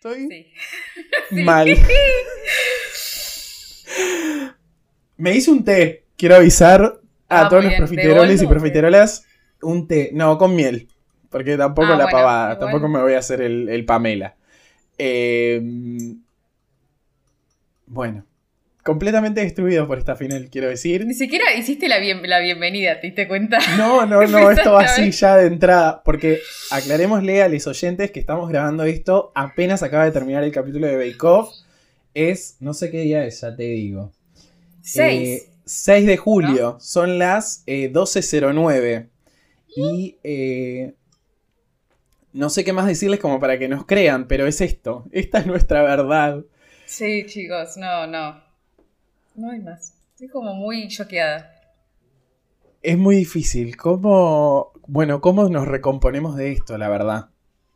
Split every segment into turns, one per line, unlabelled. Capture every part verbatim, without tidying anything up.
Estoy
Sí.
mal. Me hice un té. Quiero avisar a
Ah,
todos
muy
los
bien. ¿De
profiteroles y
boldo o qué?
profiterolas. Un té. No, con miel. Porque tampoco
Ah,
la
bueno,
pavada.
igual.
Tampoco me voy a hacer el, el Pamela. Eh, bueno. Completamente destruido por esta final, quiero decir.
Ni siquiera hiciste la, bien, la bienvenida, ¿te diste cuenta?
No, no, no, esto va así
Exactamente.
ya de entrada. Porque aclarémosle a los oyentes que estamos grabando esto. Apenas acaba de terminar el capítulo de Bake Off. Es, no sé qué día es, ya te digo.
Seis.
Eh, seis de julio. ¿No? Son las eh, doce cero nueve. Y eh, no sé qué más decirles como para que nos crean, pero es esto. Esta es nuestra verdad.
Sí, chicos, no, no. No hay más. Estoy como muy choqueada.
Es muy difícil. ¿Cómo, bueno, cómo nos recomponemos de esto, la verdad?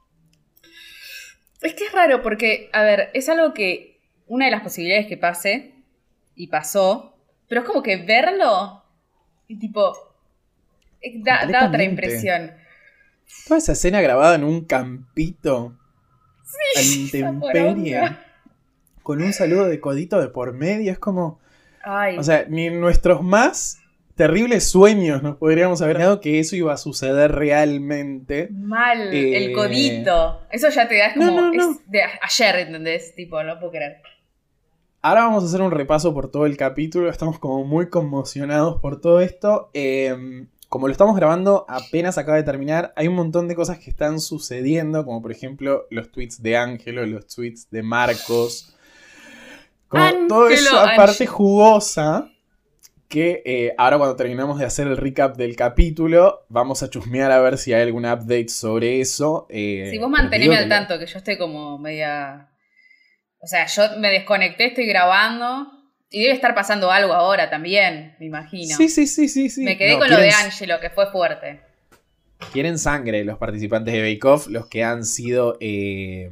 Es que es raro porque, a ver, es algo que una de las posibilidades que pase, y pasó, pero es como que verlo, y tipo, da, da otra impresión.
Toda esa escena grabada en un campito,
Sí,
a la intemperie, con un saludo de codito de por medio, es como...
Ay.
O sea, ni en nuestros más terribles sueños nos podríamos haber dado que eso iba a suceder realmente.
Mal,
eh...
el codito. Eso ya te da, es como,
no, no, no.
es de ayer, ¿entendés? Tipo, no puedo creer.
Ahora vamos a hacer un repaso por todo el capítulo. Estamos como muy conmocionados por todo esto. Eh, como lo estamos grabando, apenas acaba de terminar. Hay un montón de cosas que están sucediendo. Como por ejemplo los tweets de Ángelo, los tweets de Marcos. Como
Ángelo,
todo eso, aparte
Ángelo.
jugosa. Que eh, ahora cuando terminamos de hacer el recap del capítulo, vamos a chusmear a ver si hay algún update sobre eso. Eh,
si vos manteneme al tanto, que yo estoy como media... O sea, yo me desconecté, estoy grabando. Y debe estar pasando algo ahora también, me imagino.
Sí, sí, sí, sí, sí.
Me quedé
no,
con
quieren,
lo de Ángelo, que fue fuerte.
Quieren sangre los participantes de Bake Off, los que han sido eh,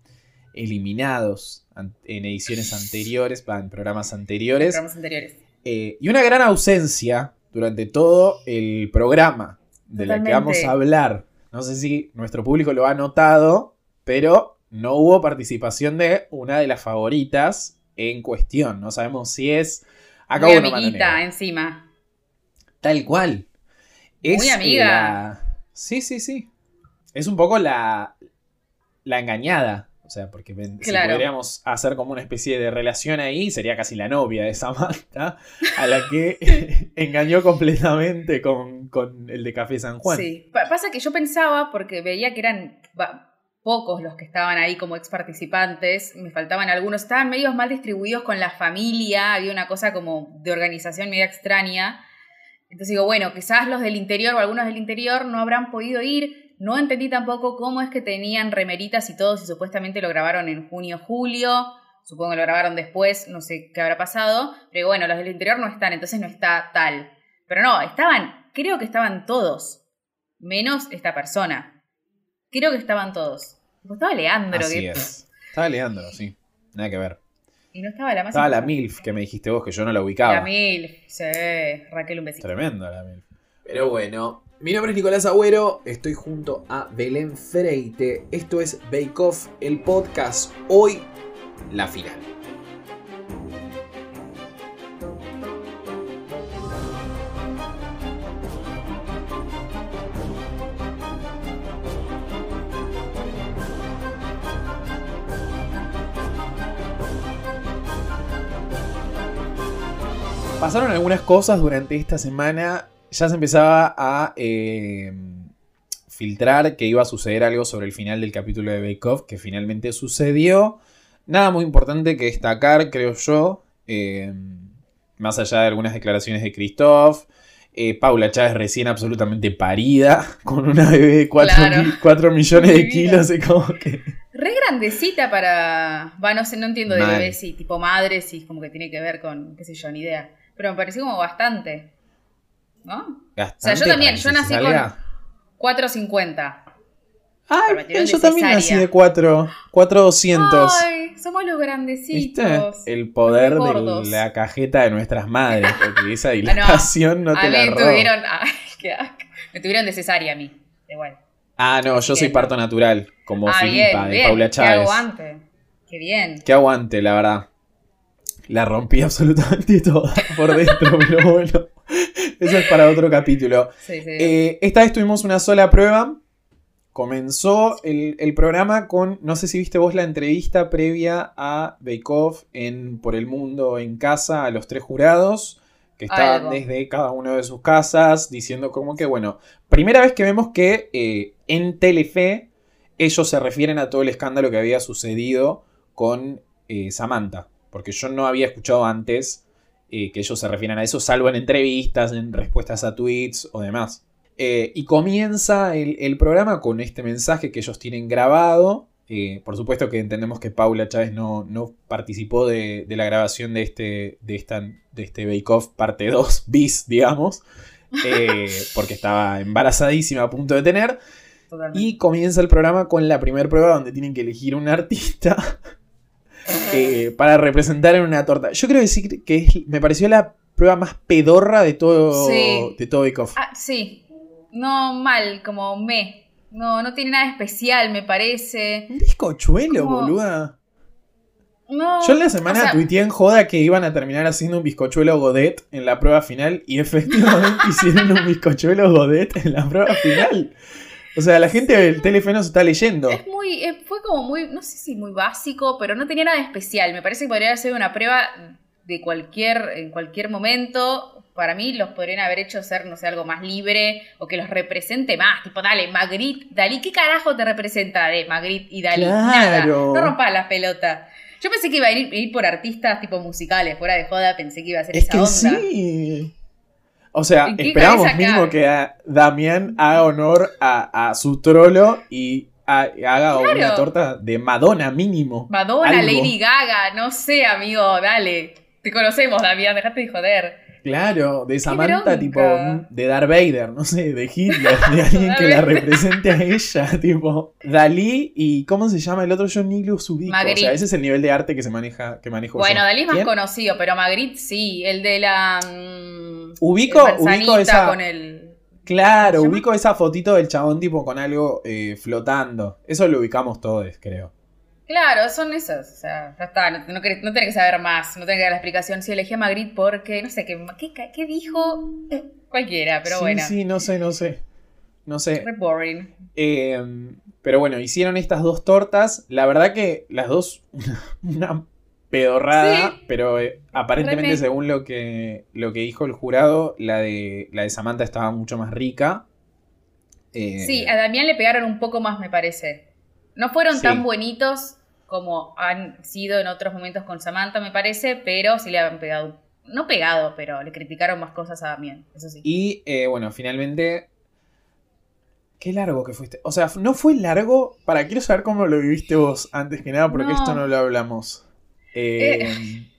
eliminados en ediciones anteriores, en programas anteriores.
En programas anteriores.
Eh, y una gran ausencia durante todo el programa de
Totalmente.
la que vamos a hablar. No sé si nuestro público lo ha notado, pero no hubo participación de una de las favoritas en cuestión. No sabemos si es... Acá
Muy
uno
amiguita encima.
Tal cual. Es
Muy amiga.
La... Sí, sí, sí. Es un poco la, la engañada. O sea, porque
Claro.
si podríamos hacer como una especie de relación ahí, sería casi la novia de Samantha, a la que engañó completamente con, con el de Café San Juan.
Sí. P- pasa que yo pensaba, porque veía que eran va, pocos los que estaban ahí como ex participantes, me faltaban algunos, estaban medio mal distribuidos con la familia, había una cosa como de organización media extraña. Entonces digo, bueno, quizás los del interior o algunos del interior no habrán podido ir. No entendí tampoco cómo es que tenían remeritas y todo, si supuestamente lo grabaron en junio, julio. Supongo que lo grabaron después, no sé qué habrá pasado. Pero bueno, los del interior no están, entonces no está tal. Pero no, estaban, creo que estaban todos. Menos esta persona. Creo que estaban todos. Pues estaba Leandro.
Así
que...
es. Estaba Leandro, sí. Nada que ver.
Y no estaba la más
Estaba la
importante.
MILF, que me dijiste vos, que yo no la ubicaba.
La MILF, sí. Raquel, un besito.
Tremendo la MILF. Pero bueno, mi nombre es Nicolás Agüero, estoy junto a Belén Freite. Esto es Bake Off, el podcast. Hoy, la final. Pasaron algunas cosas durante esta semana. Ya se empezaba a eh, filtrar que iba a suceder algo sobre el final del capítulo de Bake Off, que finalmente sucedió. Nada muy importante que destacar, creo yo. Eh, más allá de algunas declaraciones de Christoph. Eh, Paula Chávez recién absolutamente parida, con una bebé de cuatro millones de kilos. Es como que...
Re grandecita para... Va, no sé, no entiendo de
Mal.
bebés y tipo madres y como que tiene que ver con, qué sé yo, ni idea. Pero me pareció como bastante, ¿no?
Bastante.
O sea, yo también, yo
si
nací
salga...
con cuatro cincuenta.
Ay, yo también nací de cuatro, cuatro doscientos.
Ay, somos los grandecitos.
¿Viste? El poder
Gordos.
de la cajeta de nuestras madres, porque esa dilatación no,
a
no te
mí
la
me
roba.
tuvieron, ay, qué asco. Me tuvieron de cesárea a mí, igual.
Ah, no, yo soy parto natural, como
ah,
Filipa,
bien,
de
bien.
Paula Chávez.
Qué aguante. Qué bien.
Qué aguante, la verdad. La rompí absolutamente toda por dentro, pero bueno. Eso es para otro capítulo.
Sí, sí.
Eh, esta vez tuvimos una sola prueba. Comenzó el, el programa con, no sé si viste vos la entrevista previa a Bake Off en Por el Mundo en Casa a los tres jurados, que estaban
Algo.
desde cada uno de sus casas, diciendo como que, bueno, primera vez que vemos que eh, en Telefe ellos se refieren a todo el escándalo que había sucedido con eh, Samantha, porque yo no había escuchado antes eh, que ellos se refieran a eso, salvo en entrevistas, en respuestas a tweets o demás. Eh, y comienza el, el programa con este mensaje que ellos tienen grabado. Eh, por supuesto que entendemos que Paula Chávez no, no participó de, de la grabación de este, de esta, de este Bake Off parte dos bis, digamos, eh, porque estaba embarazadísima a punto de tener.
Totalmente.
Y comienza el programa con la primera prueba donde tienen que elegir un artista eh, para representar en una torta. Yo creo decir que es, me pareció la prueba más pedorra de todo,
Sí.
de todo Bake Off.
Ah, sí. No mal, como me. No, no tiene nada especial, me parece.
Un bizcochuelo,
Como-
boluda.
No.
Yo en la semana
o sea,
tuiteé en joda que iban a terminar haciendo un bizcochuelo Godet en la prueba final y efectivamente hicieron un bizcochuelo Godet en la prueba final. O sea, la gente del Telefe no se está leyendo.
Es muy, eh, fue como muy, no sé si muy básico, pero no tenía nada especial. Me parece que podría ser una prueba de cualquier, en cualquier momento. Para mí los podrían haber hecho ser, no sé, algo más libre o que los represente más. Tipo, dale, Magritte, Dalí, ¿qué carajo te representa de Magritte y Dalí?
Claro.
Nada, no rompas las pelotas. Yo pensé que iba a ir, ir por artistas tipo musicales, fuera de joda, pensé que iba a ser
Es
esa
que
onda.
sí. O sea,
¿En qué
esperábamos
cabeza
mínimo
cabe?
que a Damián haga honor a, a su trolo y a- haga
Claro.
una torta de Madonna mínimo.
Madonna,
Algo.
Lady Gaga, no sé, amigo, dale. Te conocemos, Damián, dejate de joder.
Claro, de Samantha,
bronca.
tipo, mm, de Darth Vader, no sé, de Hitler, de alguien que la represente a ella, tipo, Dalí y, ¿cómo se llama el otro? Yo ni lo ubico, o
Magritte.
sea, ese es el nivel de arte que se maneja, que manejo
Bueno,
yo.
Dalí es más
¿Quién?
conocido, pero Magritte sí, el de la... mm,
Ubico,
el manzanita
ubico esa,
con el...
claro,
¿cómo se llama?
ubico esa fotito del chabón, tipo, con algo eh, flotando, eso lo ubicamos todos, creo.
Claro, son esos, o sea, ya está, no, no, querés- no tenés que saber más, no tenés que dar la explicación. Sí, elegí a Magritte porque, no sé, ¿qué, qué, qué dijo? Eh, Cualquiera, pero
sí,
bueno.
sí, no sé, no sé, no sé.
Re boring.
Eh, pero bueno, hicieron estas dos tortas. La verdad que las dos, una pedorrada,
Sí.
pero eh, aparentemente
Reme.
según lo que, lo que dijo el jurado, la de, la de Samantha estaba mucho más rica. Eh,
Sí, a Damián le pegaron un poco más, me parece. No fueron
Sí.
tan bonitos como han sido en otros momentos con Samantha, me parece, pero sí le han pegado. No pegado, pero le criticaron más cosas a Damián, eso sí.
Y eh, bueno, finalmente... Qué largo que fuiste. O sea, no fue largo. Para, quiero saber cómo lo viviste vos, antes que nada, porque
No.
esto no lo hablamos. Eh,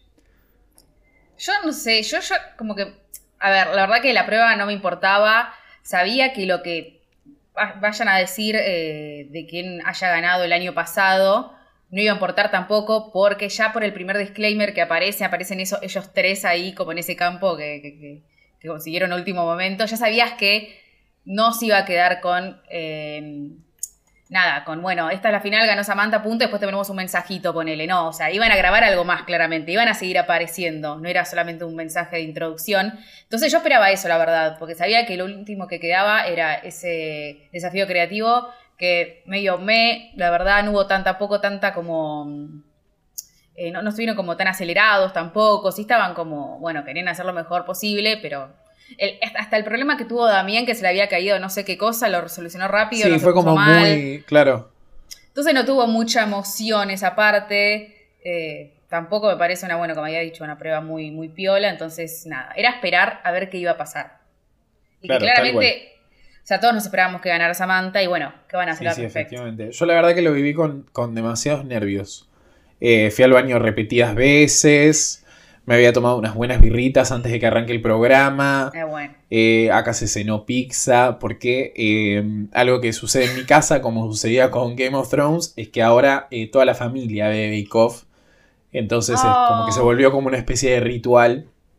Yo no sé, yo, yo como que, a ver, la verdad que la prueba no me importaba, sabía que lo que va- vayan a decir eh, de quién haya ganado el año pasado no iba a importar tampoco, porque ya por el primer disclaimer que aparece, aparecen eso, ellos tres ahí como en ese campo que, que, que- que consiguieron a último momento, ya sabías que no se iba a quedar con... eh, Nada, con, bueno, esta es la final, ganó Samantha, punto, después te ponemos un mensajito, ponele, no, o sea, iban a grabar algo más claramente, iban a seguir apareciendo, no era solamente un mensaje de introducción. Entonces yo esperaba eso, la verdad, porque sabía que lo último que quedaba era ese desafío creativo, que medio me, la verdad, no hubo tanta, poco, tanta como... eh, no, no estuvieron como tan acelerados tampoco, sí estaban como, bueno, querían hacer lo mejor posible, pero... El, hasta el problema que tuvo Damián, que se le había caído no sé qué cosa, lo solucionó rápido.
sí,
no se
fue
puso
como
mal.
muy... Claro.
Entonces no tuvo mucha emoción esa parte. Eh, tampoco me parece una, bueno, como había dicho, una prueba muy, muy piola. Entonces, nada, era esperar a ver qué iba a pasar. Y
Claro,
que
tal
claramente, o sea, todos nos esperábamos que ganara Samantha y bueno, ¿qué van a hacer
Sí,
al
sí,
respecto?
efectivamente. Yo la verdad que lo viví con, con demasiados nervios. Eh, fui al baño repetidas veces. Me había tomado unas buenas birritas antes de que arranque el programa.
Eh, bueno.
Eh, acá se cenó pizza. Porque eh, algo que sucede en mi casa, como sucedía con Game of Thrones, es que ahora eh, toda la familia ve Bake Off. Entonces es como que se volvió como una especie de ritual.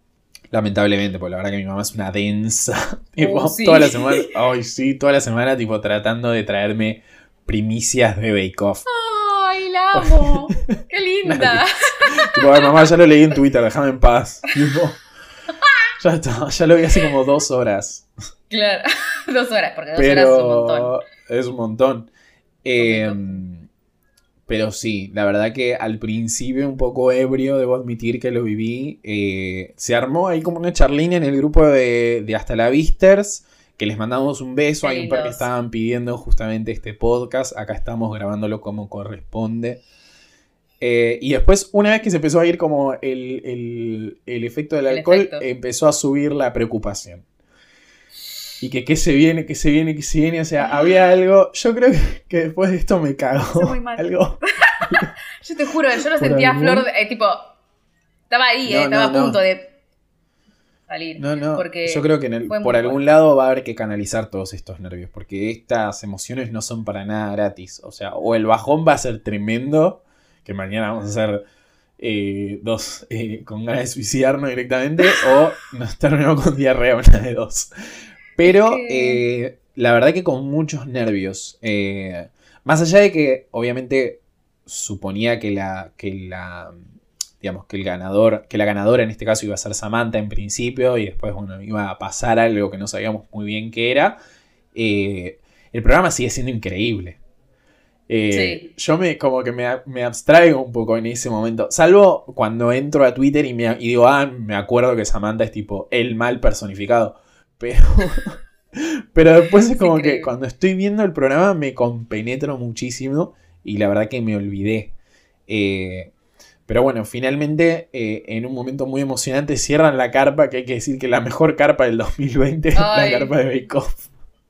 Lamentablemente, porque la verdad que mi mamá es una densa. Tipo,
Uh, sí.
toda la semana, ay, sí, toda la semana, tipo, tratando de traerme primicias de Bake Off.
¡Ay, la amo! ¡Qué linda!
Tipo, ay, mamá, ya lo leí en Twitter, déjame en paz. Tipo, ya está, ya lo vi hace como dos horas.
Claro, dos horas, porque dos
Pero
horas es un montón.
es un montón. Eh, pero sí, la verdad que al principio un poco ebrio, debo admitir que lo viví. Eh, se armó ahí como una charlina en el grupo de, de Hasta la Visters, que les mandamos un beso.
Qué
Hay un par que
lindos.
estaban pidiendo justamente este podcast. Acá estamos grabándolo como corresponde. Eh, y después, una vez que se empezó a ir como el, el, el efecto del
El
alcohol,
efecto.
empezó a subir la preocupación. Y que qué se viene, qué se viene, qué se viene. O sea, había algo. Yo creo que, que después de esto me cago.
Eso muy mal.
Algo.
Yo te juro, yo lo
Por
sentía a
algún-
flor, de- eh, tipo, estaba ahí,
No,
eh, estaba
no,
a punto
no.
de salir.
No, no.
Porque
Yo creo que en el-
fue muy
por algún
fuerte.
lado va a haber que canalizar todos estos nervios. Porque estas emociones no son para nada gratis. O sea, o el bajón va a ser tremendo. Que mañana vamos a hacer eh, dos eh, con ganas de suicidarnos directamente. O nos terminamos con diarrea, una de dos. Pero
Es que-
eh, la verdad que con muchos nervios. Eh, más allá de que obviamente suponía que la, que la, digamos, que el ganador, que la ganadora en este caso iba a ser Samantha en principio y después, bueno, iba a pasar algo que no sabíamos muy bien qué era. Eh, el programa sigue siendo increíble. Eh,
Sí.
Yo me como que me, me abstraigo un poco en ese momento. Salvo cuando entro a Twitter y, me, y digo, ah, me acuerdo que Samantha es tipo el mal personificado. Pero, pero después es como
increíble.
que cuando estoy viendo el programa me compenetro muchísimo y la verdad que me olvidé. Eh, pero bueno, finalmente eh, en un momento muy emocionante cierran la carpa, que hay que decir que la mejor carpa del dos mil veinte es la
Ay.
carpa de Bake Off.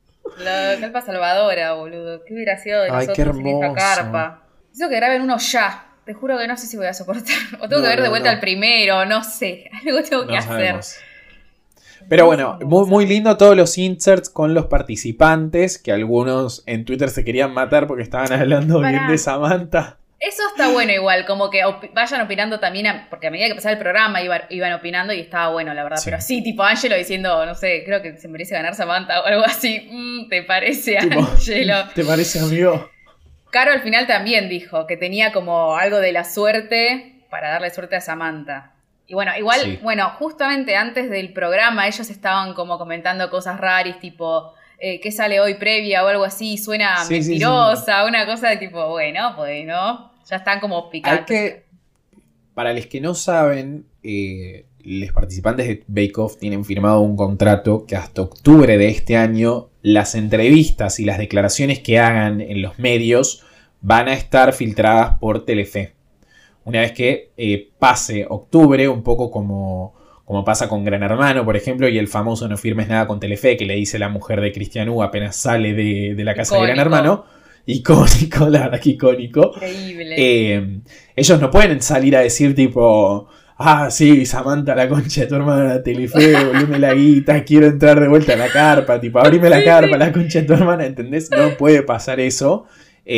La carpa salvadora, boludo. Qué hubiera sido de
Ay,
nosotros
qué
sin esa
hermoso.
carpa. Eso que graben uno ya. Te juro que no sé si voy a soportar. O tengo
No,
que ver de
no,
vuelta
no.
al primero, no sé. Algo tengo que
No
hacer.
sabemos. Pero bueno, muy, muy lindo todos los inserts con los participantes, que algunos en Twitter se querían matar porque estaban hablando
Pará.
bien de Samantha.
Eso está bueno igual, como que opi- vayan opinando también, a- porque a medida que pasaba el programa iba- iban opinando y estaba bueno, la verdad.
Sí.
Pero sí, tipo Angelo diciendo, no sé, creo que se merece ganar Samantha o algo así. Mm, ¿te parece,
Tipo,
Angelo?
¿te parece, amigo?
Caro al final también dijo que tenía como algo de la suerte para darle suerte a Samantha. Y bueno, igual,
Sí.
bueno, justamente antes del programa ellos estaban como comentando cosas raras, tipo, eh, ¿qué sale hoy previa o algo así? Suena
Sí, sí, sí.
mentirosa, una cosa de tipo, bueno, pues no, ya están como
Hay
picantes.
que, para los que no saben, eh, los participantes de Bake Off tienen firmado un contrato que hasta octubre de este año las entrevistas y las declaraciones que hagan en los medios van a estar filtradas por Telefe. Una vez que eh, pase octubre, un poco como, como pasa con Gran Hermano, por ejemplo, y el famoso No firmes nada con Telefe, que le dice la mujer de Cristian U apenas sale de, de la casa
Icónico.
de Gran Hermano. Icónico, la verdad que icónico.
Increíble.
Eh, ellos no pueden salir a decir tipo, ah, sí, Samantha, la concha de tu hermana, Telefe, volveme la guita, quiero entrar de vuelta a la carpa, tipo, abrime la
Sí,
carpa,
sí.
la concha de tu hermana, ¿entendés? No puede pasar eso.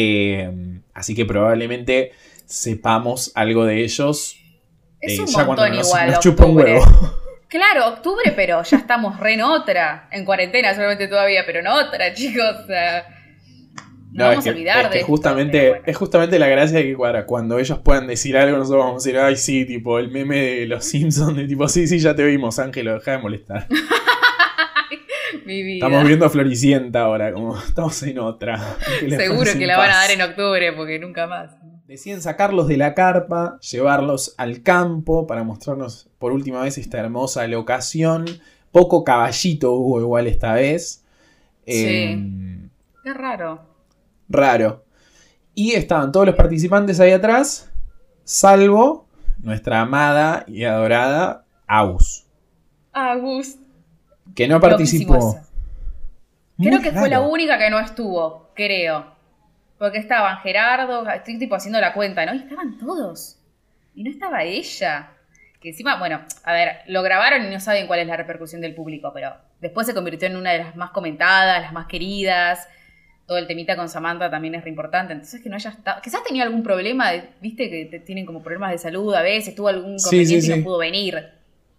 Eh, así que probablemente sepamos algo de ellos
Es
eh,
un
ya cuando
montón
nos,
igual,
nos chupa un
octubre.
huevo.
Claro, octubre, pero ya estamos re en otra. En cuarentena solamente todavía, pero en otra, chicos. O sea, no,
No,
vamos
es que,
a olvidar
es
de
que
esto,
justamente,
pero bueno.
es justamente la gracia de que para cuando ellos puedan decir algo, nosotros vamos a decir, ay, sí, tipo, el meme de los Simpsons, de tipo, sí, sí, ya te vimos, Ángelo, deja de molestar.
Mi vida.
Estamos viendo Floricienta ahora, como estamos en otra.
Seguro que la van a dar en octubre, porque nunca más.
Deciden sacarlos de la carpa, llevarlos al campo para mostrarnos por última vez esta hermosa locación. Poco caballito hubo igual esta vez.
Sí.
Eh,
Qué raro.
Raro. Y estaban todos los participantes ahí atrás, salvo nuestra amada y adorada Agus,
Agus.
que no
Loquísimo
participó.
eso. Creo
Muy
que fue la
raro.
única que no estuvo, creo. Porque estaban Gerardo, estoy tipo haciendo la cuenta, ¿no? Y estaban todos. Y no estaba ella. Que encima, bueno, a ver, lo grabaron y no saben cuál es la repercusión del público, pero después se convirtió en una de las más comentadas, las más queridas. Todo el temita con Samantha también es re importante. Entonces que no haya estado. Quizás tenía algún problema, de- viste que te- tienen como problemas de salud a veces, tuvo algún
Sí,
inconveniente
sí,
y
sí.
no pudo venir.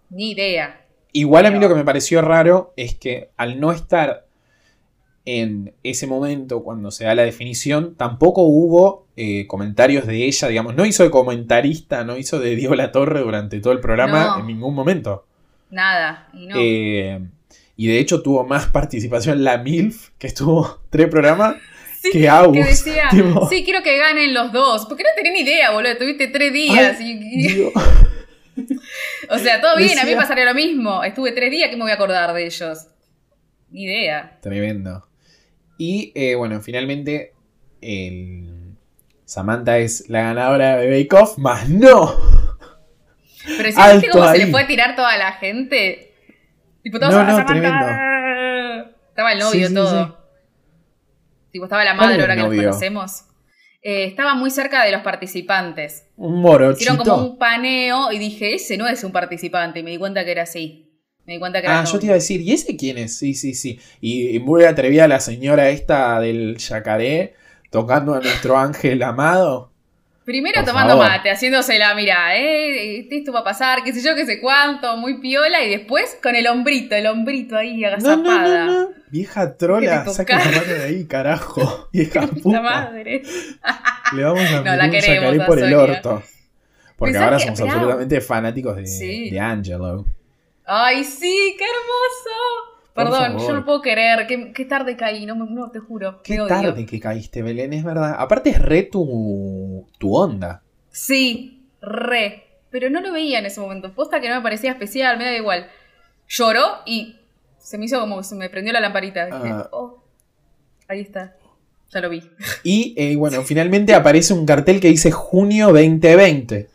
Ni idea.
Igual a mí lo que me pareció raro es que al no estar en ese momento cuando se da la definición, tampoco hubo eh, comentarios de ella, digamos, no hizo de comentarista, no hizo de Diego Latorre durante todo el programa
No.
en ningún momento.
Nada. Y no.
Eh, y de hecho tuvo más participación la MILF, que estuvo tres programas,
sí,
que Agus.
Que decía,
tipo,
sí, quiero que ganen los dos. Porque no tenía ni idea, boludo. Tuviste tres días.
ay,
y, y...
Dios.
O sea, todo bien,
Decía...
a mí me pasaría lo mismo. Estuve tres días, ¿qué me voy a acordar de ellos? Ni idea.
Tremendo. Y eh, bueno, finalmente el... Samantha es la ganadora de Bake Off, más no.
Pero si viste cómo ahí. Se le fue a tirar toda la gente. Tipo, todos
no,
a
no,
Samantha.
Tremendo.
Estaba el novio, sí, sí, todo. Sí. Tipo, estaba la madre, ahora que nos conocemos. Eh, estaba muy cerca de los participantes.
Un morochito.
Hicieron como un paneo y dije, ese no es un participante. Y me di cuenta que era así. Me di cuenta que era
Ah, yo te iba a decir, ¿y ese quién es? Sí, sí, sí. Y, y muy atrevida la señora esta del yacaré tocando a nuestro ángel amado.
Primero
Por
tomando
favor.
mate, haciéndosela, mira, eh, esto va a pasar, qué sé yo, qué sé cuánto, muy piola. Y después con el hombrito, el hombrito ahí agazapada.
No, no, no, no. Vieja trola, saca la mano de ahí, carajo. Vieja puta.
La madre.
Le vamos a
no,
meter
la
un
queremos,
yacaré por
Sonia.
el orto. Porque
Pensá
ahora
que,
somos
pero,
absolutamente fanáticos de,
sí.
de Angelo.
Ay, sí, qué hermoso.
Por
Perdón,
favor.
yo no puedo querer. Qué, qué tarde caí, no, no te juro.
Qué tarde que caíste, Belén, es verdad. Aparte es re tu, tu onda.
Sí, re. Pero no lo veía en ese momento. Posta que no me parecía especial, me da igual. Lloró y se me hizo como que se me prendió la lamparita. Dije,
Ah.
oh, ahí está. Ya lo vi.
Y eh, bueno, finalmente aparece un cartel que dice junio veinte veinte.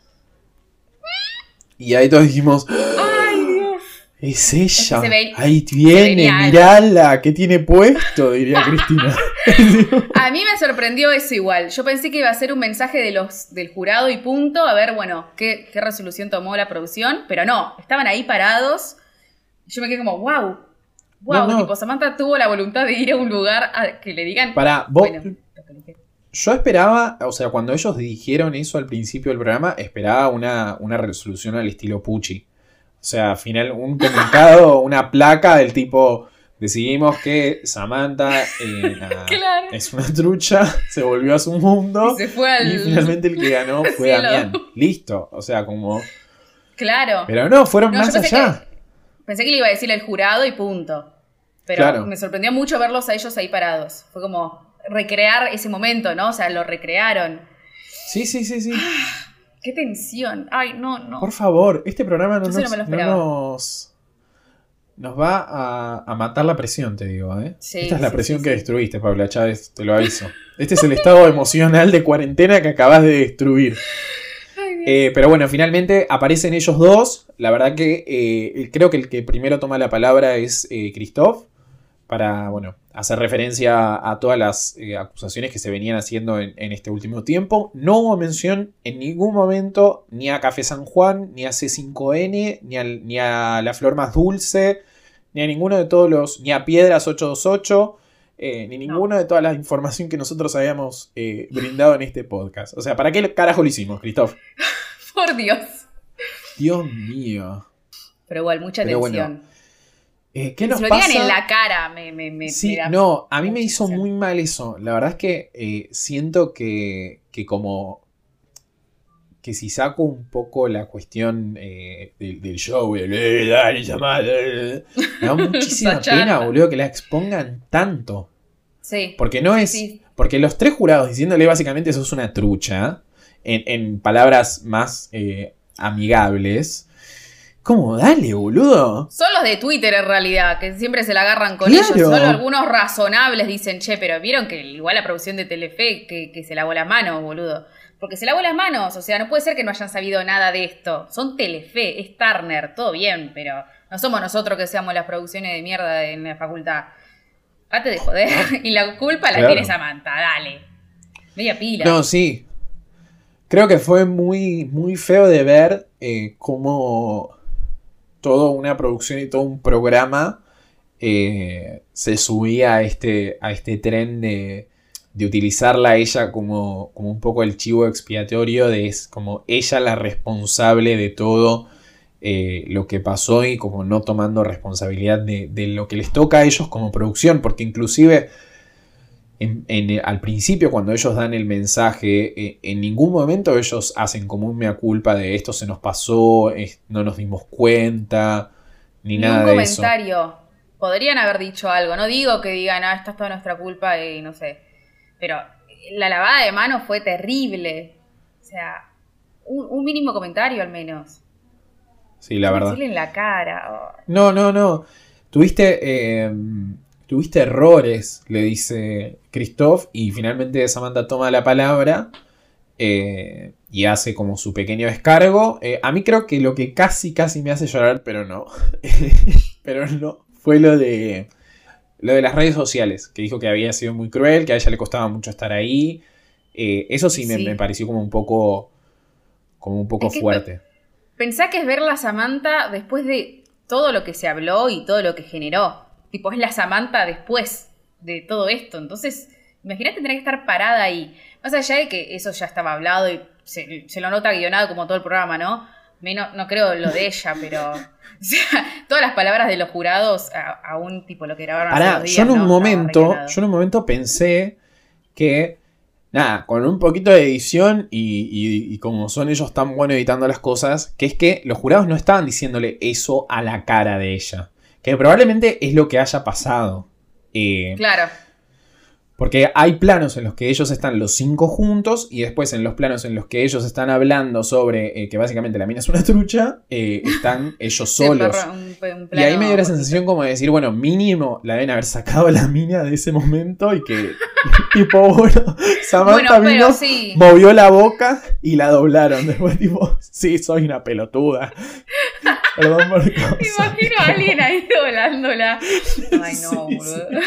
Y ahí todos dijimos,
¡ay, Dios!
es ella.
Es que se ve-
ahí
se
viene,
venía algo.
mirala, ¿qué tiene puesto? Diría Cristina.
A mí me sorprendió eso igual. Yo pensé que iba a ser un mensaje de los, del jurado y punto. A ver, bueno, qué, qué resolución tomó la producción. Pero no, estaban ahí parados. Y yo me quedé como, wow. Wow,
No, no.
tipo, Samantha tuvo la voluntad de ir a un lugar a que le digan...
Para, vos,
Bueno, lo que le dije.
yo esperaba, o sea, cuando ellos dijeron eso al principio del programa, esperaba una, una resolución al estilo Pucci. O sea, al final, un comunicado, una placa del tipo, decidimos que Samantha eh, nada,
Claro.
es una trucha, se volvió a su mundo
Y se fue al...
y finalmente el que ganó fue
cielo.
Damián. Listo, o sea, como...
Claro.
Pero no, fueron
No, yo
más
pensé
allá.
que- Pensé que le iba a decir el jurado y punto. Pero
Claro.
me sorprendió mucho verlos a ellos ahí parados. Fue como recrear ese momento, ¿no? O sea, lo recrearon.
Sí, sí, sí, sí.
¡Qué tensión! Ay, no, no.
Por favor, este programa no,
Yo sí
nos,
no me lo
no
esperaba.
nos, nos va a, a matar la presión, te digo. ¿eh?
Sí,
Esta es la
sí,
presión
sí,
que
sí.
destruiste, Paula Chávez, te lo aviso. Este es el estado emocional de cuarentena que acabas de destruir.
Ay, Dios.
Eh, pero bueno, finalmente aparecen ellos dos. La verdad que eh, creo que el que primero toma la palabra es eh, Christoph. Para, bueno, hacer referencia a todas las eh, acusaciones que se venían haciendo en, en este último tiempo. No hubo mención en ningún momento ni a Café San Juan, ni a C cinco N, ni, al- ni a La Flor Más Dulce, ni a ninguno de todos los, ni a Piedras ochocientos veintiocho, eh, ni ninguna de toda la información que nosotros habíamos eh, brindado en este podcast. O sea, ¿para qué carajo lo hicimos, Christoph?
Por Dios.
Dios mío.
Pero igual, mucha
Pero bueno,
tensión.
Eh, ¿Qué
Que
nos
se lo
pasa?
digan en la cara, me, me, me
Sí,
me da
no, a mí me
mucha
hizo
tensión.
muy mal eso. La verdad es que eh, siento que, que como que si saco un poco la cuestión eh, del, del show, el, eh, dale, llamá, eh, me da muchísima
Esa
pena,
charla.
boludo, que la expongan tanto.
Sí.
Porque no es.
Sí.
Porque los tres jurados diciéndole básicamente sos una trucha, en, en palabras más eh, amigables. ¿Cómo? Dale, boludo.
Son los de Twitter en realidad, que siempre se la agarran con
Claro.
ellos. Solo algunos razonables dicen, che, pero vieron que igual la producción de Telefe que, que se lavó las manos, boludo. Porque se lavó las manos, o sea, no puede ser que no hayan sabido nada de esto. Son Telefe, es Turner, todo bien, pero no somos nosotros que seamos las producciones de mierda en la facultad. Date de joder. Y la culpa la
Claro.
tiene Samantha, dale. Media pila.
No, sí. Creo que fue muy, muy feo de ver eh, cómo toda una producción y todo un programa eh, se subía a este, a este tren de, de utilizarla a ella como, como un poco el chivo expiatorio de es como ella la responsable de todo eh, lo que pasó y como no tomando responsabilidad de, de lo que les toca a ellos como producción, porque inclusive en, en, al principio cuando ellos dan el mensaje, eh, en ningún momento ellos hacen como un mea culpa de esto se nos pasó, es, no nos dimos cuenta, ni, ni nada de eso.
Un comentario. Podrían haber dicho algo, no digo que digan, ah, esta es toda nuestra culpa y no sé, pero la lavada de manos fue terrible, o sea, un, un mínimo comentario al menos.
Sí, la verdad.
Decirle en la cara. Oh.
No, no, no. Tuviste, eh, tuviste errores, le dice Christoph, y finalmente Samantha toma la palabra eh, y hace como su pequeño descargo. Eh, a mí creo que lo que casi, casi me hace llorar, pero no. pero no. Fue lo de lo de las redes sociales, que dijo que había sido muy cruel, que a ella le costaba mucho estar ahí. Eh, eso sí, sí. Me, me pareció como un poco, como un poco es que fuerte.
Pensá que es ver la Samantha después de todo lo que se habló y todo lo que generó. Tipo, es la Samantha después de todo esto. Entonces, imagínate tener que estar parada ahí. Más allá de que eso ya estaba hablado y se, se lo nota guionado como todo el programa, ¿no? No, no creo lo de ella, pero... O sea, todas las palabras de los jurados a, a un tipo lo que grabaron
Pará,
hace dos días,
yo en un
¿no?
momento, yo en un momento pensé que, nada, con un poquito de edición y, y, y como son ellos tan buenos editando las cosas, que es que los jurados no estaban diciéndole eso a la cara de ella. Que probablemente es lo que haya pasado. Eh,
claro.
Porque hay planos en los que ellos están los cinco juntos y después en los planos en los que ellos están hablando sobre eh, que básicamente la mina es una trucha, eh, están ellos solos.
Sí, un, un
y ahí me dio la sensación como de decir, bueno, mínimo la deben haber sacado a la mina de ese momento y que tipo, bueno, Samantha
bueno,
vino,
sí.
movió la boca y la doblaron. Después tipo, sí, soy una pelotuda. Perdón por cosas.
Me imagino a alguien ahí doblándola. Ay, no,
sí,
boludo.
Sí.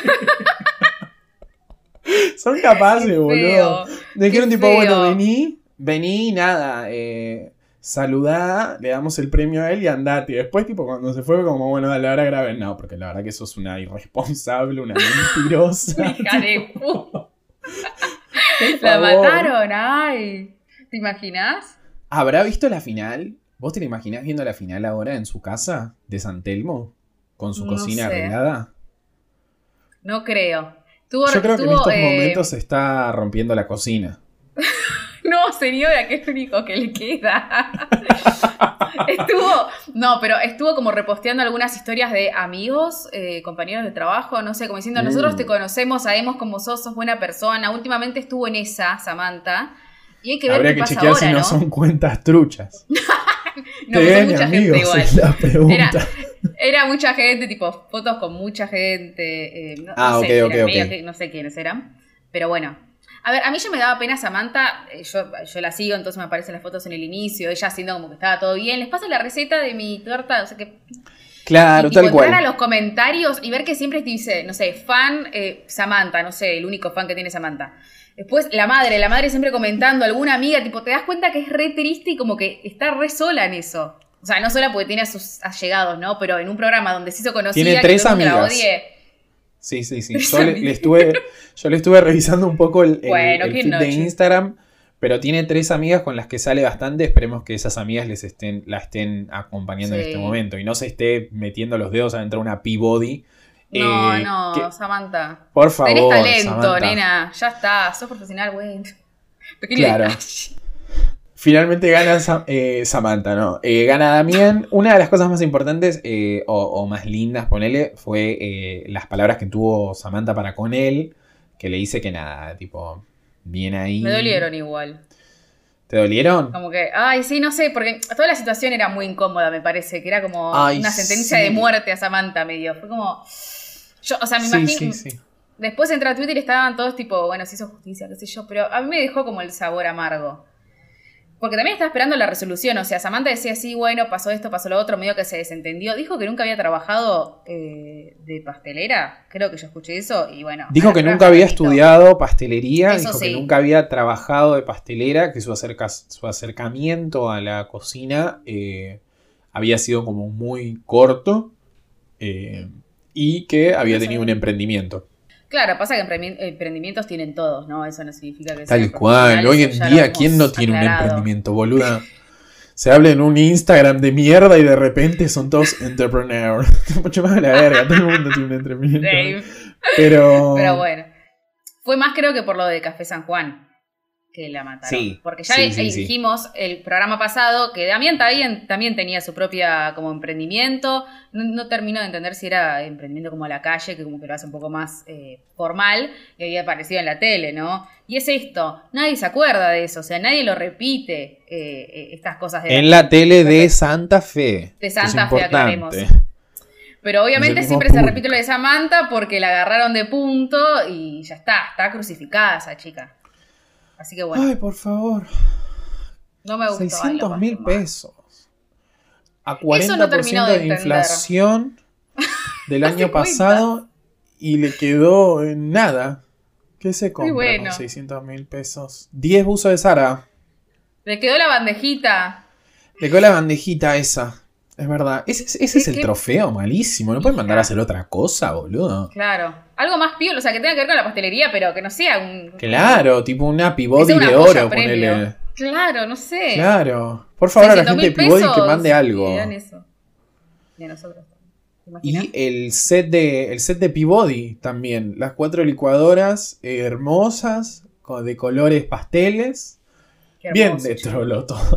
Son capaces,
Qué
boludo. Dijeron tipo,
feo.
bueno, vení, vení, nada, eh, saludá, le damos el premio a él y andate. Y después, tipo, cuando se fue, como, bueno, dale, ahora graben. No, porque la verdad que sos una irresponsable, una mentirosa.
Hija de puta. La mataron, ay. ¿Te imaginas?
¿Habrá visto la final? ¿Vos te la imaginás viendo la final ahora en su casa de San Telmo? Con su
No
cocina
sé.
arreglada.
No creo. Tuvo,
Yo creo
tuvo,
que en estos
eh...
momentos se está rompiendo la cocina.
No, señora, que es lo único que le queda. Estuvo, no, pero estuvo como reposteando algunas historias de amigos, eh, compañeros de trabajo, no sé, como diciendo,
Mm.
nosotros te conocemos, sabemos cómo sos, sos buena persona. Últimamente estuvo en esa, Samantha. Y hay que ver
Habría
qué
que
pasa
chequear
ahora,
si no,
¿no?
son cuentas truchas.
No,
¿Te
son
ven
mucha
amigos?
gente igual.
Es la pregunta.
Era, era mucha gente, tipo, fotos con mucha gente. Eh, no,
Ah,
no
ok,
sé,
ok,
eran
ok.
medio que- no sé quiénes eran. Pero bueno. A ver, a mí ya me daba pena Samantha. eh, Yo, yo la sigo, entonces me aparecen las fotos en el inicio. Ella haciendo como que estaba todo bien. Les paso la receta de mi torta. O sea que.
Claro,
y, tipo,
tal cual.
entrar a los comentarios y ver que siempre dice, no sé, fan eh, Samantha, no sé, el único fan que tiene Samantha. Después la madre, la madre siempre comentando, alguna amiga, tipo, te das cuenta que es re triste y como que está re sola en eso. O sea, no sola porque tiene a sus allegados, ¿no? Pero en un programa donde se hizo conocida,
Tiene
que
tres
todo el mundo la
amigas.
odie.
Sí, sí, sí. Yo le, le estuve, yo le estuve revisando un poco el, el,
Bueno,
el
qué
feed de
noche.
Instagram, pero tiene tres amigas con las que sale bastante. Esperemos que esas amigas les estén, la estén acompañando en
Sí.
este momento y no se esté metiendo los dedos adentro de una Peabody.
No,
Eh,
no,
que-
Samantha.
por favor,
Tenés talento,
Samantha.
nena. Ya está, sos profesional, güey. Pequeño
Claro.
detalle.
Finalmente gana Sa- eh, Samantha, ¿no? Eh, gana Damián. Una de las cosas más importantes eh, o, o más lindas, ponele, fue eh, las palabras que tuvo Samantha para con él, que le dice que nada, tipo, bien ahí.
Me dolieron igual.
¿Te dolieron?
Como que, ay, sí, no sé, porque toda la situación era muy incómoda, me parece, que era como
Ay,
una sentencia
sí.
de muerte a Samantha medio. Fue como. Yo, o sea, me
Sí,
imagino.
sí, sí.
Después entré a Twitter y estaban todos tipo, bueno, se hizo justicia, qué sé yo, pero a mí me dejó como el sabor amargo. Porque también estaba esperando la resolución, o sea, Samantha decía, sí, bueno, pasó esto, pasó lo otro, medio que se desentendió. Dijo que nunca había trabajado eh, de pastelera, creo que yo escuché eso, y bueno.
Dijo
a la
que
franja
nunca había
remito.
estudiado pastelería,
Eso
dijo
sí.
que nunca había trabajado de pastelera, que su, acerca- su acercamiento a la cocina eh, había sido como muy corto eh, y que había
Eso
tenido
es.
un emprendimiento.
Claro, pasa que emprendi- emprendimientos tienen todos, ¿no? Eso no significa que
Tal
sean
cual,
profesionales,
hoy en
eso ya lo
día,
hemos
¿quién no tiene un
aclarado.
emprendimiento, boluda? se habla en un Instagram de mierda y de repente son todos entrepreneurs. Mucho más de la verga, todo el mundo tiene un emprendimiento. Pero...
Pero bueno, fue más creo que por lo de Café San Juan que la mataron. Sí, porque ya sí, sí, dijimos sí. el programa pasado que Damián también, también tenía su propia como emprendimiento. No, no termino de entender si era emprendimiento como a la calle, que como que lo hace un poco más eh, formal, y había aparecido en la tele, ¿no? Y es esto, nadie se acuerda de eso, o sea, nadie lo repite, eh, estas cosas. De
en la, la tele de Santa Fe.
De Santa Fe, aclaremos. Pero obviamente siempre punto. se repite lo de Samantha porque la agarraron de punto y ya está, está crucificada esa chica. Así que bueno.
Ay, por favor.
No me gustó.
seiscientos mil pesos. A cuarenta por ciento no de, de inflación del año pasado y le quedó en nada. ¿Qué se compra bueno. con seiscientos mil pesos? diez buzos de Zara.
Le quedó la bandejita.
Le quedó la bandejita esa. Es verdad. Ese, ese es el que... trofeo malísimo. No pueden mandar a hacer otra cosa, boludo.
Claro. Algo más piola, o sea, que tenga que ver con la pastelería, pero que no sea un...
Claro, tipo una Peabody de oro, ponele.
Claro, no sé.
Claro. Por favor, a la gente de Peabody que mande algo.
Y dan eso. Y a nosotros.
Y el set de el set de Peabody también. Las cuatro licuadoras eh, hermosas, de colores pasteles. Hermoso, bien de trolo todo.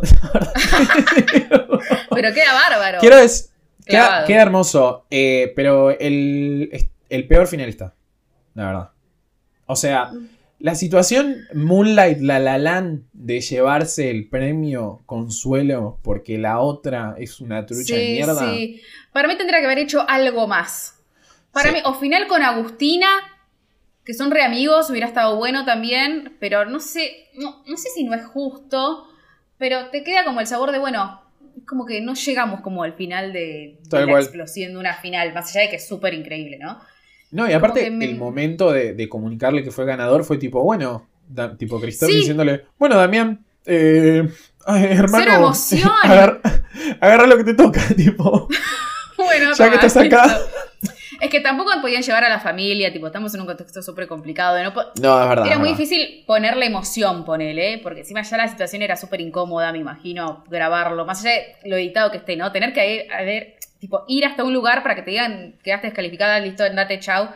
Pero queda bárbaro.
Quiero decir, queda, queda hermoso. Eh, pero el, el peor finalista, la verdad. O sea, la situación Moonlight La La Land de llevarse el premio Consuelo porque la otra es una trucha
sí,
de mierda.
Sí. Para mí tendría que haber hecho algo más. Para sí. mí, o final con Agustina, que son re amigos, hubiera estado bueno también, pero no sé, no, no sé si no es justo, pero te queda como el sabor de, bueno, como que no llegamos como al final de, de la cual. explosión de una final, más allá de que es súper increíble, ¿no?
No, y aparte me... el momento de, de comunicarle que fue ganador fue tipo, bueno, da, tipo Cristóbal sí. diciéndole, bueno, Damián, eh, ay, hermano,
cero emoción.
Agarra, agarra lo que te toca, tipo,
bueno,
ya que estás acá.
Es que tampoco podían llevar a la familia, tipo, estamos en un contexto súper complicado. No,
no, es verdad.
Era
es
muy
verdad.
difícil ponerle emoción, ponele, porque encima ya la situación era súper incómoda, me imagino, grabarlo. Más allá de lo editado que esté, ¿no? Tener que ir, a ver, tipo, ir hasta un lugar para que te digan, quedaste descalificada, listo, andate, chau.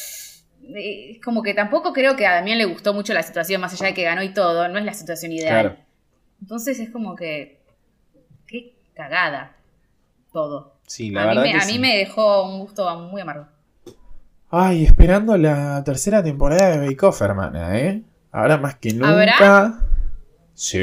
Es como que tampoco creo que a Damián le gustó mucho la situación, más allá de que ganó y todo, no es la situación ideal. Claro. Entonces es como que, qué cagada todo.
Sí, la
a
verdad
mí me,
que
A
sí.
mí me dejó un gusto muy amargo.
Ay, esperando la tercera temporada de Bake Off, hermana, ¿eh? Ahora más que nunca. ¿Habrá? Sí.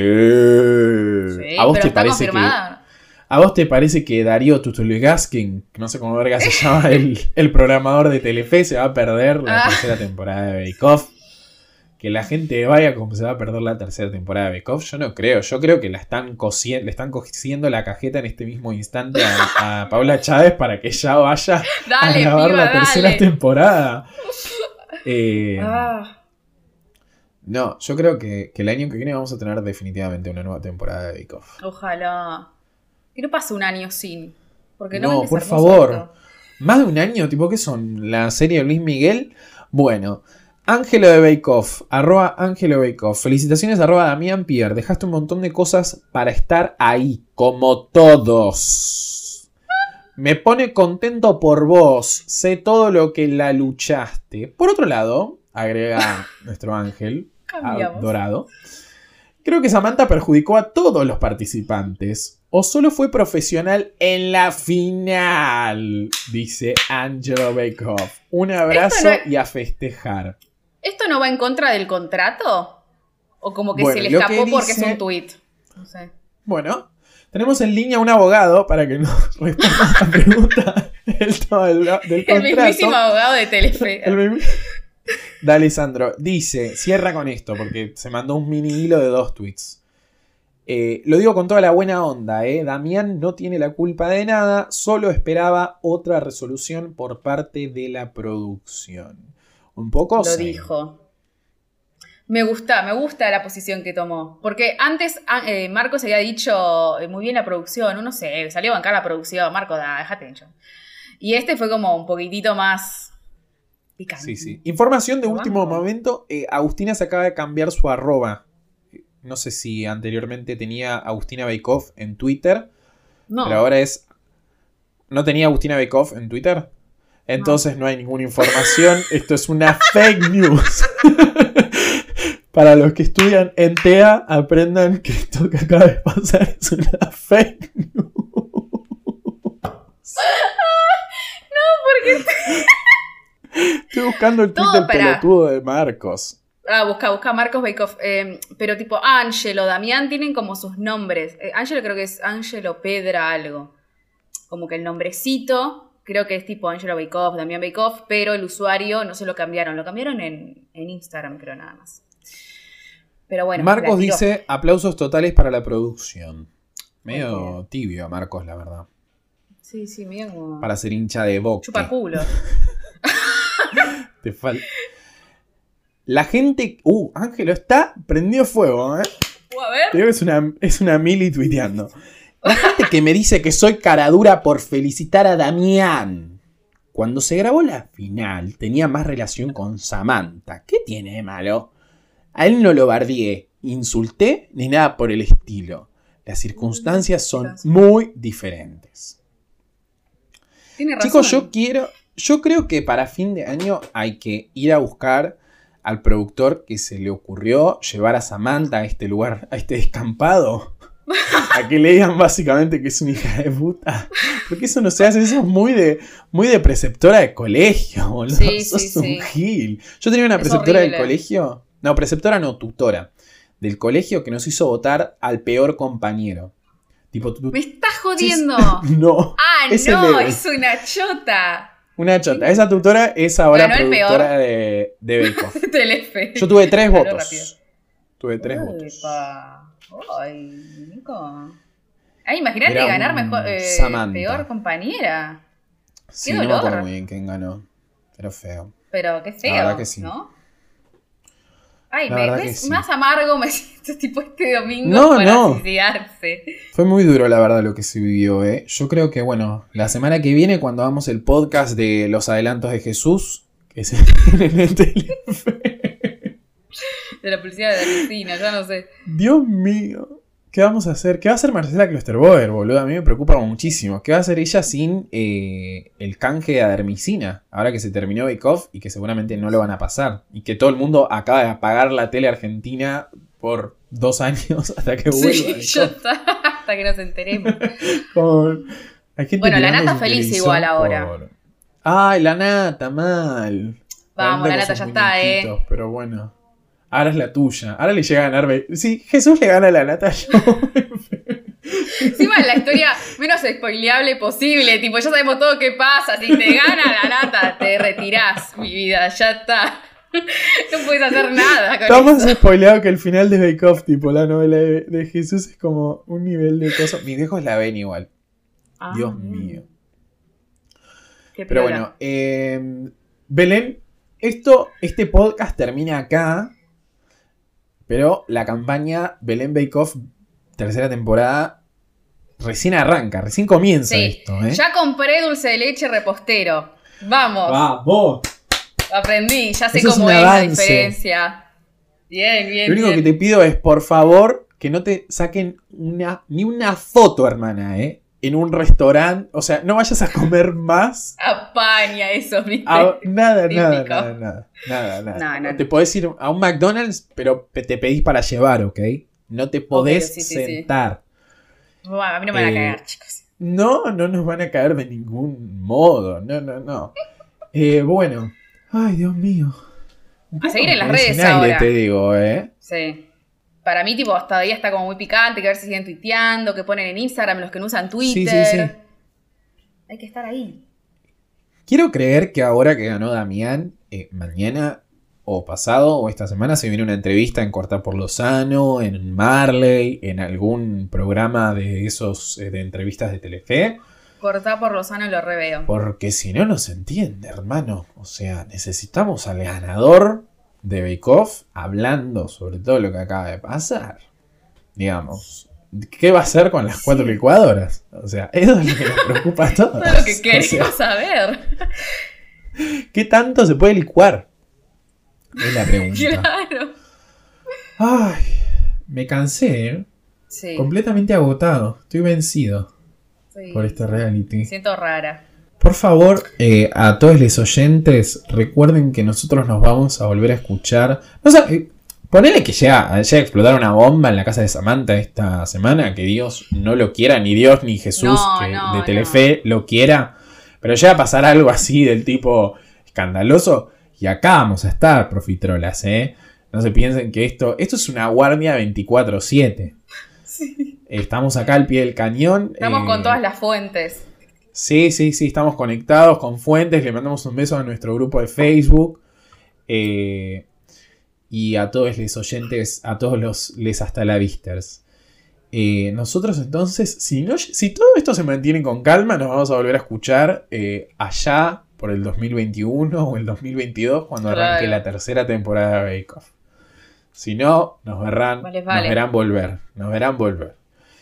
sí
¿A vos
pero
te
está
parece
confirmada?
que ¿A vos te parece que Darío Tutuligaskin, no sé cómo verga se llama el, el programador de Telefe, se va a perder la
Ah.
tercera temporada de Bake Off? Que la gente vaya como se va a perder la tercera temporada de Bake Off, yo no creo. Yo creo que la están cosiendo, le están cosiendo la cajeta en este mismo instante a, a Paula Chávez para que ya vaya
Dale,
a grabar
piba,
la tercera
dale.
temporada. Eh,
Ah.
no, yo creo que, que el año que viene vamos a tener definitivamente una nueva temporada de Bake Off.
Ojalá. Que no pase un año sin. Porque no,
No,
ven que es
por
hermoso
favor.
esto.
Más de un año, tipo, ¿qué son? ¿La serie de Luis Miguel? Bueno, Ángelo de Bake Off, arroba Ángelo Bake Off. Felicitaciones, arroba Damián Pierre. Dejaste un montón de cosas para estar ahí, como todos. Me pone contento por vos. Sé todo lo que la luchaste. Por otro lado, agrega nuestro ángel
Cambiamos.
dorado. Creo que Samantha perjudicó a todos los participantes. O solo fue profesional en la final, dice Angelo Bake Off. Un abrazo
Esto no-
y a festejar.
¿Esto no va en contra del contrato? ¿O como que
Bueno,
se le
lo
escapó
que
porque es
dice-
un tuit? No sé.
Bueno, tenemos en línea un abogado para que nos responda la pregunta del, todo el- del
El
contrato.
mismísimo abogado de Telefe.
El mismi- Dale, Sandro. Dice, cierra con esto, porque se mandó un mini hilo de dos tweets. Eh, lo digo con toda la buena onda, ¿eh? Damián no tiene la culpa de nada, solo esperaba otra resolución por parte de la producción. Un poco
Lo
sí.
dijo. Me gusta, me gusta la posición que tomó. Porque antes ah, eh, Marcos había dicho eh, muy bien la producción, uno sé, salió a bancar la producción, Marco, da, déjate de hecho. Y este fue como un poquitito más picante.
Sí, sí. Información de
Lo
último
banco.
momento, eh, Agustina se acaba de cambiar su arroba. no sé si anteriormente tenía Agustina Bake-Off en Twitter,
No.
pero ahora es... ¿No tenía Agustina Bake-Off en Twitter? Entonces no. no hay ninguna información. Esto es una fake news. Para los que estudian en T E A, aprendan que esto que acaba de pasar es una fake news.
No, porque...
Estoy buscando el tweet
Todo
del
para-
pelotudo de Marcos.
Ah, busca, busca Marcos Bake-Off. Eh, pero tipo Ángelo, Damián tienen como sus nombres. Eh, Ángelo creo que es Ángelo Pedra algo. Como que el nombrecito creo que es tipo Ángelo Bake-Off, Damián Bake-Off, pero el usuario no se lo cambiaron. Lo cambiaron en, en Instagram, creo, nada más. Pero bueno.
Marcos
la tiró.
dice aplausos totales para la producción. Medio
Muy
tibio Marcos, la verdad.
Sí, sí, medio como...
Para ser hincha de Boca.
Chupa culo.
Te falta. La gente. Uh, Ángelo está prendido fuego, ¿eh?
Uh, a ver.
Te digo que es una, es una mili tuiteando. La gente que me dice que soy caradura por felicitar a Damián. Cuando se grabó la final, tenía más relación con Samantha. ¿Qué tiene de malo? A él no lo bardeé, insulté, ni nada por el estilo. Las circunstancias son muy diferentes.
Tiene razón.
Chicos, yo quiero. Yo creo que para fin de año hay que ir a buscar al productor que se le ocurrió llevar a Samantha a este lugar, a este descampado. A que le digan básicamente que es una hija de puta. Porque eso no se hace, eso es muy de, muy de preceptora de colegio, boludo.
Sí,
Sos
sí,
un
sí.
gil. Yo tenía una
Es
preceptora del
horrible.
colegio. No, preceptora no, tutora. Del colegio que nos hizo votar al peor compañero. Tipo, tú-
Me estás jodiendo.
no.
Ah,
Ese
no,
leve.
es una chota.
Una chota. Esa tutora es ahora
Ganó el
productora de, de Bake Off.
Telefe.
Yo tuve tres
Ganó
votos.
rápido.
Tuve tres votos.
Epa. Ay, Nico. Ay, imagínate
Era
ganar
un
mejor, eh,
Samantha.
peor compañera.
Sí,
Qué
no me
dolor.
acuerdo muy bien quién ganó. Pero feo.
Pero qué feo,
La verdad que sí.
¿no? Ay,
La
me
verdad
ves
que sí.
más amargo me siento tipo este domingo
No,
para
no.
suicidarse.
Fue muy duro, la verdad, lo que se vivió, ¿eh? Yo creo que, bueno, la semana que viene, cuando hagamos el podcast de los adelantos de Jesús, que se vienen en Telefe.
De la policía de Argentina, ya no sé.
Dios mío. ¿Qué vamos a hacer? ¿Qué va a hacer Marcela Klosterboer, boludo? A mí me preocupa muchísimo. ¿Qué va a hacer ella sin eh, el canje de Adermicina? Ahora que se terminó Bake Off y que seguramente no lo van a pasar. Y que todo el mundo acaba de apagar la tele argentina por dos años hasta que vuelva.
Sí,
Bake
ya
Off.
está, hasta que nos enteremos.
Con- hay gente
Bueno, la
tirando
nata
su
feliz
televisor
igual ahora.
por- Ay, la nata, mal.
Vamos, la
con
nata
sus
ya está, eh.
muñequitos, Pero bueno. Ahora es la tuya. Ahora le llega a ganar. Be- Si Jesús le gana a la nata, yo.
Encima la historia menos spoileable posible. Tipo, ya sabemos todo qué pasa. Si te gana la nata, te retirás, mi vida. Ya está. No puedes hacer nada con
Está más
eso.
spoileado que el final de Bake Off, tipo la novela de, de Jesús es como un nivel de cosas. Mis viejos la ven igual.
Ah,
Dios mío.
qué
Pero
piola.
bueno, eh, Belén, esto, este podcast termina acá. Pero la campaña Belén Bake Off, tercera temporada, recién arranca, recién comienza
Sí,
esto, ¿eh?
ya compré dulce de leche repostero. Vamos,
¡Vamos!
aprendí, ya sé
Eso es
cómo
un
es, la
avance.
diferencia. Bien, bien,
Lo único
bien.
que te pido es, por favor, que no te saquen una, ni una foto, hermana, ¿eh? En un restaurante. O sea, no vayas a comer más.
Apaña eso, ¿viste?
a- nada, nada,
Típico.
nada, nada, nada, nada.
No, no,
Te
no.
podés ir a un McDonald's, pero pe- te pedís para llevar, ¿ok? No te podés
sí, sí, sí.
sentar.
Bueno, a mí no me van a
Eh,
cagar, chicos.
No, no nos van a caer de ningún modo. No, no, no. Eh, bueno. Ay, Dios mío.
A seguir en las
Es
redes
un aire,
ahora.
te digo, ¿eh?
Sí. Para mí, tipo, todavía está como muy picante, que a ver si siguen tuiteando, que ponen en Instagram los que no usan Twitter.
Sí, sí, sí.
Hay que estar ahí.
Quiero creer que ahora que ganó Damián, eh, mañana o pasado o esta semana se viene una entrevista en Cortar por Lozano, en Marley, en algún programa de esos eh, de entrevistas de Telefe.
Cortá por Lozano y lo reveo.
Porque si no, no se entiende, hermano. O sea, necesitamos al ganador de Bake Off hablando sobre todo lo que acaba de pasar. Digamos, ¿qué va a hacer con las cuatro licuadoras? O sea, eso es lo que nos preocupa a todos.
Todo lo que
O
queremos
sea,
saber.
¿qué tanto se puede licuar? Es la pregunta.
Claro.
Ay, me cansé, ¿eh?
Sí.
Completamente agotado. Estoy vencido
Sí.
por este reality.
Me siento rara.
Por favor, eh, a todos los oyentes, recuerden que nosotros nos vamos a volver a escuchar. No sé, eh, ponele que llega, llega a explotar una bomba en la casa de Samantha esta semana, que Dios no lo quiera, ni Dios ni Jesús
No,
que
no,
de Telefe lo quiera. Pero llega a pasar algo así del tipo escandaloso. Y acá vamos a estar, profitrolas, ¿eh? No se piensen que esto... Esto es una guardia veinticuatro siete.
Sí.
Estamos acá al pie del cañón.
Estamos
eh,
con todas las fuentes.
Sí, sí, sí, estamos conectados con fuentes. Le mandamos un beso a nuestro grupo de Facebook. Eh, y a todos los oyentes, a todos los les hasta la visters. Eh, nosotros entonces, si, no, si todo esto se mantiene con calma, nos vamos a volver a escuchar eh, allá por el dos mil veintiuno o el dos mil veintidós, cuando
Claro.
arranque la tercera temporada de Bake Off. Si no, nos verán,
Vale, vale.
nos verán volver. Nos verán volver.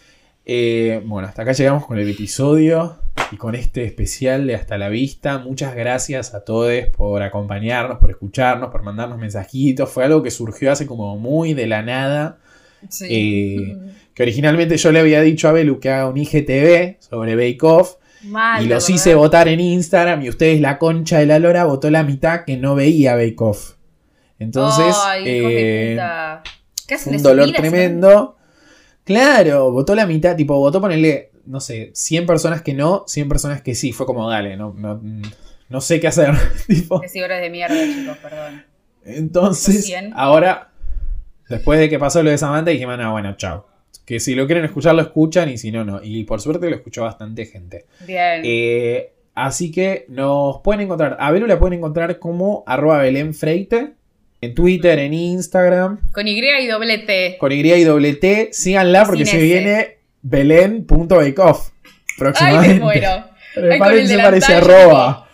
Eh, bueno, hasta acá llegamos con el episodio y con este especial de Hasta la Vista. Muchas gracias a todos por acompañarnos, por escucharnos, por mandarnos mensajitos. Fue algo que surgió hace como muy de la nada.
Sí.
Eh, que originalmente yo le había dicho a Belu que haga un I G T V sobre Bake Off.
Mal,
Y
de
los
verdad.
hice votar en Instagram y ustedes, la concha de la lora, votó la mitad que no veía Bake Off. Entonces,
Ay, hijos de
eh,
puta. ¿Qué hacen?
un
¿Les
dolor
humillan?
tremendo. Claro, votó la mitad, tipo, votó ponerle, no sé, cien personas que no, cien personas que sí. Fue como, dale, no, no, no sé qué hacer. tipo.
Es horas de mierda, chicos, perdón.
Entonces,
cien.
ahora, después de que pasó lo de Samantha, dijimos, no, bueno, chao. Que si lo quieren escuchar, lo escuchan, y si no, no. Y por suerte lo escuchó bastante gente.
Bien.
Eh, así que nos pueden encontrar, a Belu la pueden encontrar como arroba Belén Freite, en Twitter, en Instagram,
Con Y y doble T.
con Y y doble T. Síganla porque
Sin
se
S.
viene Belén.bakeoff
Ay,
próximamente.
me muero.
Pero me
Ay, con
parece,
el
parece
delantal,
arroba.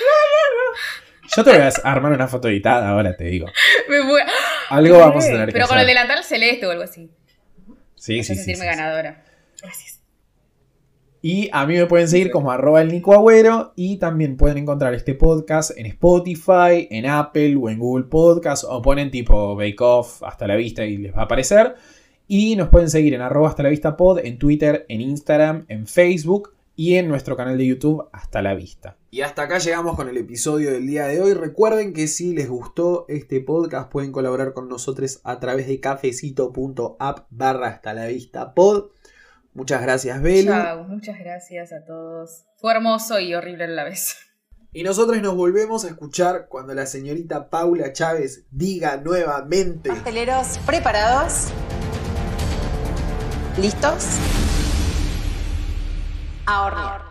Yo te voy a armar una foto editada ahora, te digo.
Me muero.
Algo vamos a tener que
Pero con
hacer.
el delantal celeste o algo así.
Sí,
Me
sí,
hace
sí,
sentirme
sí, sí.
ganadora. Gracias.
Y a mí me pueden seguir como arroba el Nico Agüero. Y también pueden encontrar este podcast en Spotify, en Apple o en Google Podcast. O ponen tipo Bake Off Hasta la Vista y les va a aparecer. Y nos pueden seguir en arroba Hasta la Vista Pod, en Twitter, en Instagram, en Facebook y en nuestro canal de YouTube Hasta la Vista. Y hasta acá llegamos con el episodio del día de hoy. Recuerden que si les gustó este podcast pueden colaborar con nosotros a través de cafecito.app barra Hasta la Vista Pod. Muchas gracias, Belu.
Chao, muchas gracias a todos. Fue hermoso y horrible a la vez.
Y nosotros nos volvemos a escuchar cuando la señorita Paula Chávez diga nuevamente:
Pasteleros preparados. ¿Listos? A hornear.